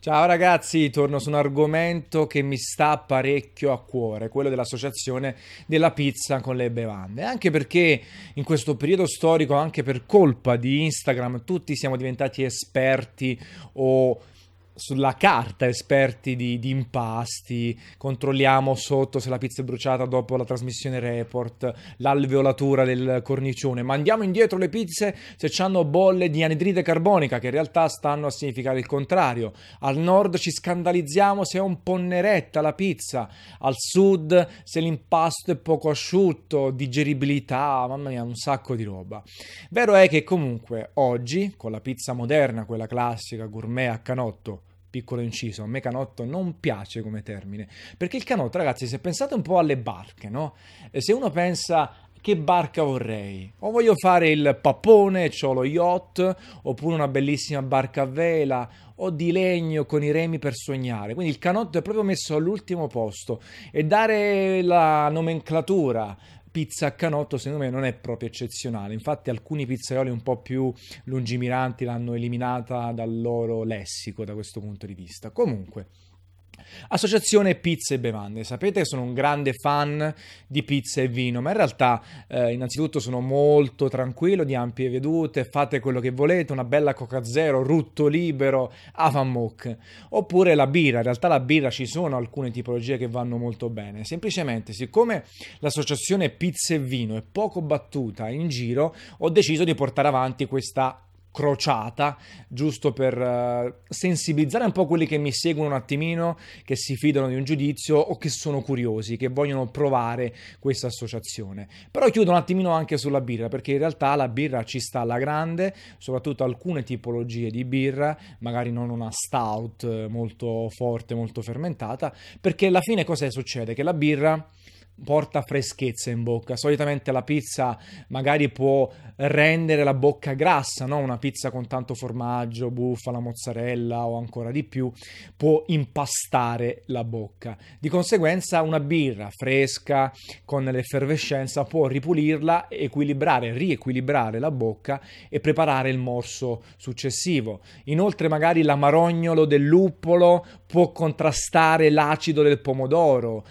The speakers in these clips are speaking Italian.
Ciao ragazzi, torno su un argomento che mi sta parecchio a cuore, quello dell'associazione della pizza con le bevande, anche perché in questo periodo storico, anche per colpa di Instagram, tutti siamo diventati esperti o sulla carta esperti di impasti, controlliamo sotto se la pizza è bruciata dopo la trasmissione report, l'alveolatura del cornicione, mandiamo indietro le pizze se hanno bolle di anidride carbonica, che in realtà stanno a significare il contrario. Al nord ci scandalizziamo se è un po' neretta la pizza, al sud se l'impasto è poco asciutto, digeribilità, mamma mia, un sacco di roba. Vero è che comunque oggi, con la pizza moderna, quella classica, gourmet a canotto, piccolo inciso, a me canotto non piace come termine, perché il canotto, ragazzi, se pensate un po' alle barche, no? Se uno pensa che barca vorrei, o voglio fare il pappone, c'ho lo yacht, oppure una bellissima barca a vela, o di legno con i remi per sognare. Quindi il canotto è proprio messo all'ultimo posto e dare la nomenclatura pizza a canotto secondo me non è proprio eccezionale. Infatti alcuni pizzaioli un po' più lungimiranti l'hanno eliminata dal loro lessico da questo punto di vista. Comunque, associazione pizze e bevande. Sapete che sono un grande fan di pizza e vino, ma in realtà innanzitutto sono molto tranquillo, di ampie vedute, fate quello che volete, una bella Coca Zero, rutto libero, Avamok. Oppure la birra, in realtà la birra ci sono alcune tipologie che vanno molto bene, semplicemente siccome l'associazione pizza e vino è poco battuta in giro, ho deciso di portare avanti questa crociata, giusto per sensibilizzare un po' quelli che mi seguono un attimino, che si fidano di un giudizio o che sono curiosi, che vogliono provare questa associazione. Però chiudo un attimino anche sulla birra, perché in realtà la birra ci sta alla grande, soprattutto alcune tipologie di birra, magari non una stout molto forte, molto fermentata, perché alla fine cosa succede? Che la birra porta freschezza in bocca. Solitamente la pizza magari può rendere la bocca grassa, no? Una pizza con tanto formaggio, bufala, mozzarella o ancora di più può impastare la bocca. Di conseguenza una birra fresca con l'effervescenza può ripulirla, equilibrare, riequilibrare la bocca e preparare il morso successivo. Inoltre magari l'amarognolo del luppolo può contrastare l'acido del pomodoro,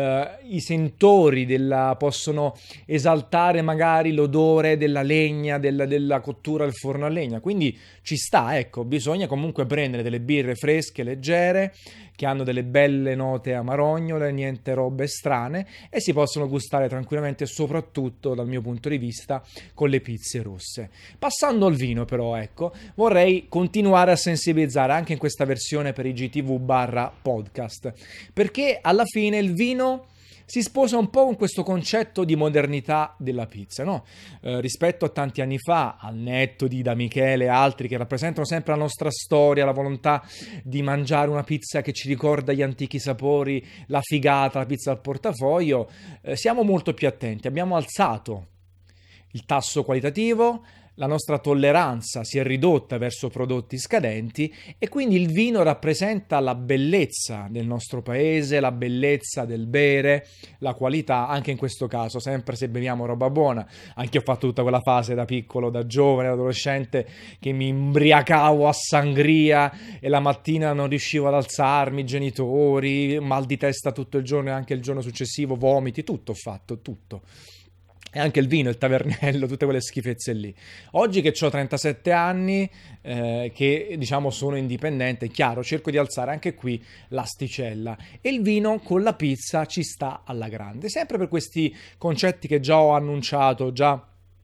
i sentori possono esaltare magari l'odore della legna, della cottura al forno a legna, quindi ci sta, ecco, bisogna comunque prendere delle birre fresche, leggere, che hanno delle belle note amarognole, niente robe strane e si possono gustare tranquillamente, soprattutto dal mio punto di vista, con le pizze rosse. Passando al vino però, ecco, vorrei continuare a sensibilizzare anche in questa versione per i GTV barra podcast, perché alla fine il vino si sposa un po' con questo concetto di modernità della pizza, no? Rispetto a tanti anni fa, al netto di Da Michele e altri che rappresentano sempre la nostra storia, la volontà di mangiare una pizza che ci ricorda gli antichi sapori, la figata, la pizza al portafoglio, siamo molto più attenti, abbiamo alzato il tasso qualitativo, la nostra tolleranza si è ridotta verso prodotti scadenti e quindi il vino rappresenta la bellezza del nostro paese, la bellezza del bere, la qualità, anche in questo caso, sempre se beviamo roba buona. Anche io ho fatto tutta quella fase da piccolo, da giovane, da adolescente, che mi imbriacavo a sangria e la mattina non riuscivo ad alzarmi, genitori, mal di testa tutto il giorno e anche il giorno successivo, vomiti, tutto ho fatto, tutto. E anche il vino, il tavernello, tutte quelle schifezze lì. Oggi che ho 37 anni, che diciamo sono indipendente, chiaro, cerco di alzare anche qui l'asticella. E il vino con la pizza ci sta alla grande. Sempre per questi concetti che già ho annunciato, già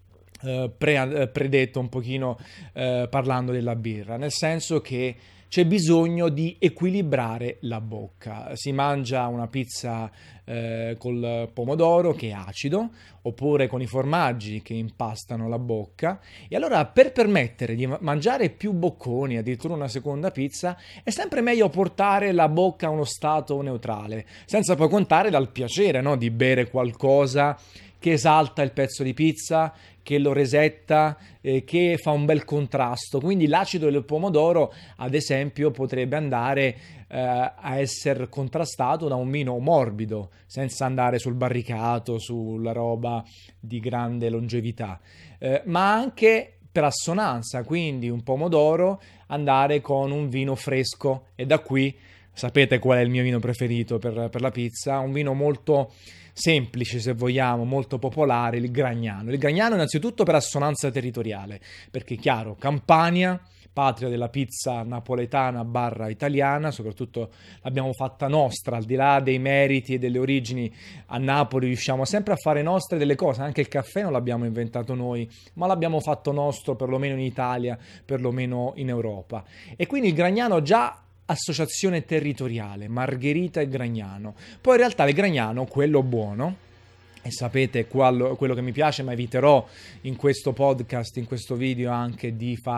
predetto un pochino parlando della birra, nel senso che c'è bisogno di equilibrare la bocca. Si mangia una pizza col pomodoro che è acido, oppure con i formaggi che impastano la bocca. E allora, per permettere di mangiare più bocconi, addirittura una seconda pizza, è sempre meglio portare la bocca a uno stato neutrale, senza poi contare dal piacere, no, di bere qualcosa che esalta il pezzo di pizza, che lo resetta, che fa un bel contrasto. Quindi l'acido del pomodoro, ad esempio, potrebbe andare a essere contrastato da un vino morbido, senza andare sul barricato, sulla roba di grande longevità. Ma anche per assonanza, quindi un pomodoro, andare con un vino fresco, e da qui sapete qual è il mio vino preferito per la pizza, un vino molto semplice se vogliamo, molto popolare, il Gragnano. Il Gragnano innanzitutto per assonanza territoriale, perché chiaro, Campania, patria della pizza napoletana barra italiana, soprattutto l'abbiamo fatta nostra, al di là dei meriti e delle origini. A Napoli riusciamo sempre a fare nostre delle cose, anche il caffè non l'abbiamo inventato noi, ma l'abbiamo fatto nostro perlomeno in Italia, perlomeno in Europa. E quindi il Gragnano già associazione territoriale, Margherita e Gragnano. Poi in realtà il Gragnano, quello buono, e sapete quello che mi piace, ma eviterò in questo podcast, in questo video anche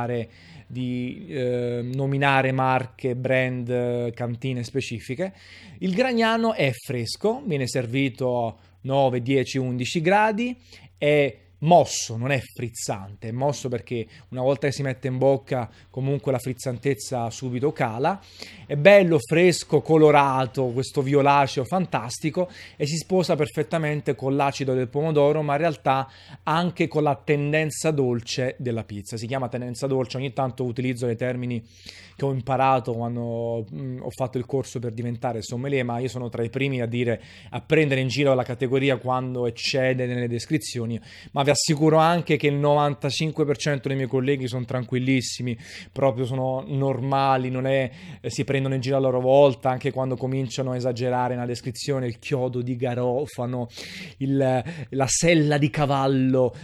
di nominare marche, brand, cantine specifiche. Il Gragnano è fresco, viene servito a 9, 10, 11 gradi, è mosso, non è frizzante, è mosso perché una volta che si mette in bocca comunque la frizzantezza subito cala, è bello, fresco, colorato, questo violaceo fantastico, e si sposa perfettamente con l'acido del pomodoro, ma in realtà anche con la tendenza dolce della pizza. Si chiama tendenza dolce, ogni tanto utilizzo dei termini che ho imparato quando ho fatto il corso per diventare sommelier, ma io sono tra i primi a prendere in giro la categoria quando eccede nelle descrizioni, ma vi assicuro anche che il 95% dei miei colleghi sono tranquillissimi, proprio sono normali, non è, si prendono in giro a loro volta, anche quando cominciano a esagerare nella descrizione, il chiodo di garofano, la sella di cavallo,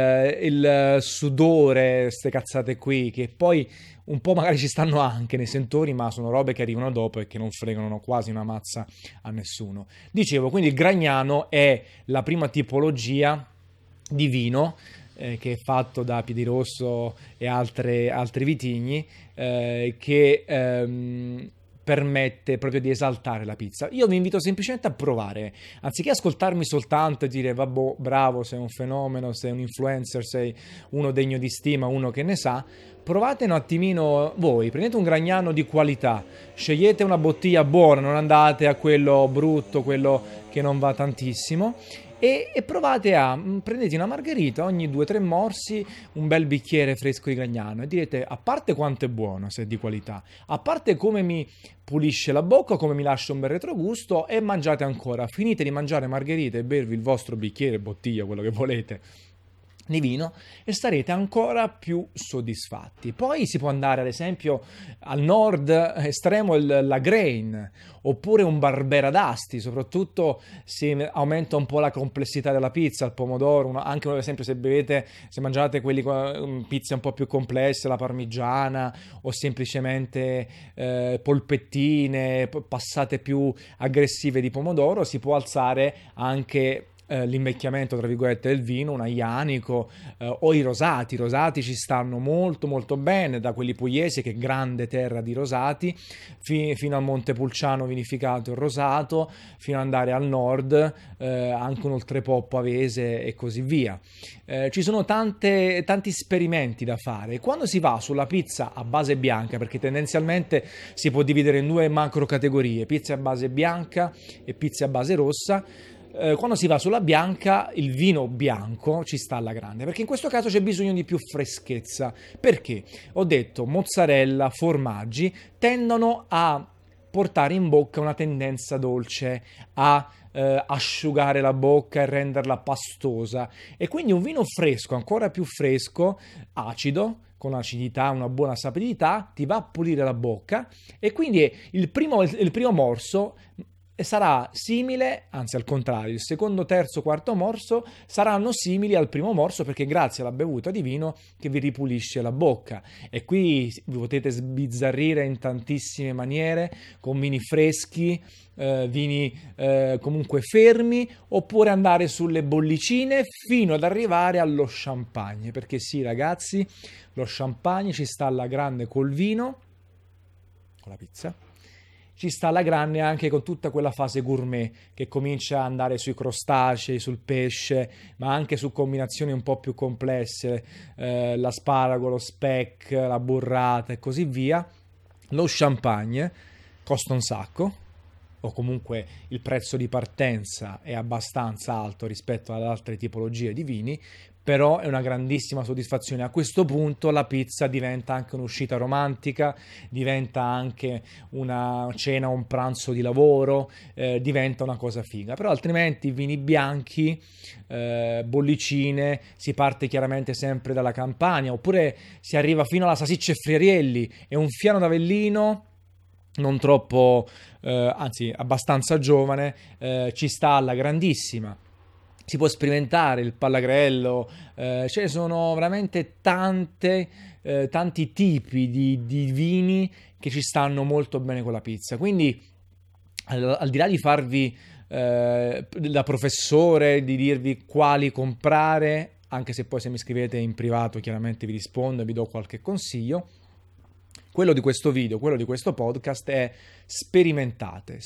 il sudore, queste cazzate qui, che poi un po' magari ci stanno anche nei sentori, ma sono robe che arrivano dopo e che non fregano quasi una mazza a nessuno. Dicevo, quindi il Gragnano è la prima tipologia di vino che è fatto da Piedirosso e altri vitigni, che permette proprio di esaltare la pizza. Io vi invito semplicemente a provare, anziché ascoltarmi soltanto e dire vabbè, bravo, sei un fenomeno, sei un influencer, sei uno degno di stima, uno che ne sa. Provate un attimino voi, prendete un Gragnano di qualità, scegliete una bottiglia buona, non andate a quello brutto, quello che non va tantissimo, e provate prendete una margherita, ogni 2-3 morsi un bel bicchiere fresco di Gragnano, e direte, a parte quanto è buono, se è di qualità, a parte come mi pulisce la bocca, come mi lascia un bel retrogusto, e mangiate ancora, finite di mangiare margherita e bervi il vostro bicchiere, bottiglia, quello che volete, di vino, e starete ancora più soddisfatti. Poi si può andare ad esempio al nord estremo, la Grain, oppure un Barbera d'Asti, soprattutto se aumenta un po' la complessità della pizza, il pomodoro, anche ad esempio se mangiate pizze un po' più complesse, la parmigiana, o semplicemente polpettine passate più aggressive di pomodoro, si può alzare anche l'invecchiamento tra virgolette del vino, un aglianico, o i rosati ci stanno molto molto bene, da quelli pugliesi, che è grande terra di rosati, fino a Montepulciano vinificato il rosato, fino ad andare al nord, anche un oltrepò pavese e così via. Ci sono tanti esperimenti da fare. Quando si va sulla pizza a base bianca, perché tendenzialmente si può dividere in due macro categorie, pizza a base bianca e pizza a base rossa, quando si va sulla bianca, il vino bianco ci sta alla grande, perché in questo caso c'è bisogno di più freschezza. Perché? Ho detto, mozzarella, formaggi tendono a portare in bocca una tendenza dolce, a asciugare la bocca e renderla pastosa, e quindi un vino fresco, ancora più fresco, acido, con acidità, una buona sapidità, ti va a pulire la bocca, e quindi il primo morso sarà simile, anzi al contrario, il secondo, terzo, quarto morso saranno simili al primo morso, perché grazie alla bevuta di vino che vi ripulisce la bocca. E qui vi potete sbizzarrire in tantissime maniere, con vini freschi, vini comunque fermi, oppure andare sulle bollicine fino ad arrivare allo champagne, perché sì ragazzi, lo champagne ci sta alla grande col vino, con la pizza, ci sta alla grande anche con tutta quella fase gourmet che comincia ad andare sui crostacei, sul pesce, ma anche su combinazioni un po' più complesse, l'asparago, lo speck, la burrata e così via. Lo champagne costa un sacco, o comunque il prezzo di partenza è abbastanza alto rispetto ad altre tipologie di vini, però è una grandissima soddisfazione. A questo punto la pizza diventa anche un'uscita romantica, diventa anche una cena o un pranzo di lavoro, diventa una cosa figa. Però altrimenti vini bianchi, bollicine, si parte chiaramente sempre dalla Campania, oppure si arriva fino alla Salsiccia e Friarielli e un fiano d'Avellino non troppo, anzi abbastanza giovane, ci sta alla grandissima. Si può sperimentare il pallagrello, ce ne sono veramente tanti tipi di vini che ci stanno molto bene con la pizza. Quindi al di là di farvi da professore, di dirvi quali comprare, anche se poi se mi scrivete in privato chiaramente vi rispondo e vi do qualche consiglio, quello di questo video, quello di questo podcast è sperimentate,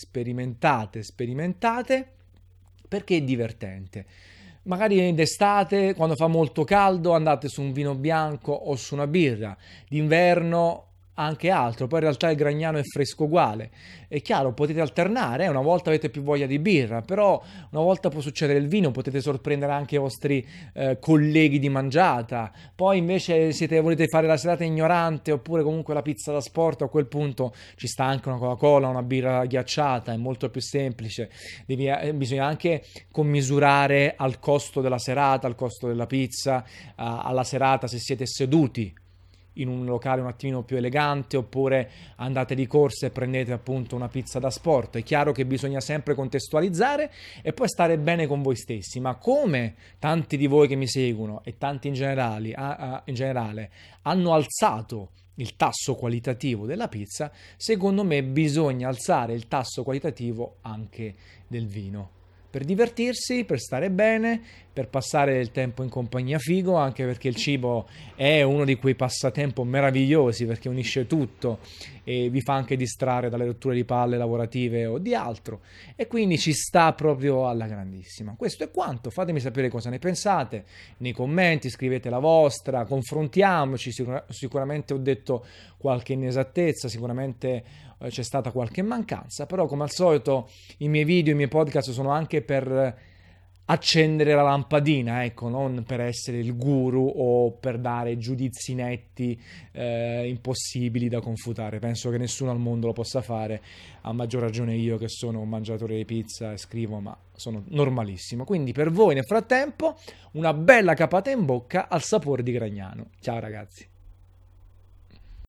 perché è divertente. Magari d'estate, quando fa molto caldo, andate su un vino bianco o su una birra. D'inverno anche altro, poi in realtà il Gragnano è fresco uguale. È chiaro, potete alternare, una volta avete più voglia di birra, però una volta può succedere il vino, potete sorprendere anche i vostri colleghi di mangiata. Poi invece volete fare la serata ignorante oppure comunque la pizza da sport, a quel punto ci sta anche una Coca-Cola, una birra ghiacciata, è molto più semplice. Bisogna anche commisurare al costo della serata, al costo della pizza, alla serata se siete seduti in un locale un attimino più elegante oppure andate di corsa e prendete appunto una pizza da sport. È chiaro che bisogna sempre contestualizzare e poi stare bene con voi stessi, ma come tanti di voi che mi seguono e tanti in generale hanno alzato il tasso qualitativo della pizza, secondo me bisogna alzare il tasso qualitativo anche del vino. Per divertirsi, per stare bene, per passare il tempo in compagnia figo, anche perché il cibo è uno di quei passatempo meravigliosi perché unisce tutto e vi fa anche distrarre dalle rotture di palle lavorative o di altro, e quindi ci sta proprio alla grandissima. Questo è quanto, fatemi sapere cosa ne pensate nei commenti, scrivete la vostra, confrontiamoci. Sicuramente ho detto qualche inesattezza, sicuramente c'è stata qualche mancanza, però come al solito i miei video, i miei podcast sono anche per accendere la lampadina, ecco, non per essere il guru o per dare giudizi netti impossibili da confutare. Penso che nessuno al mondo lo possa fare, a maggior ragione io che sono un mangiatore di pizza e scrivo, ma sono normalissimo. Quindi per voi nel frattempo una bella capata in bocca al sapore di Gragnano. Ciao ragazzi.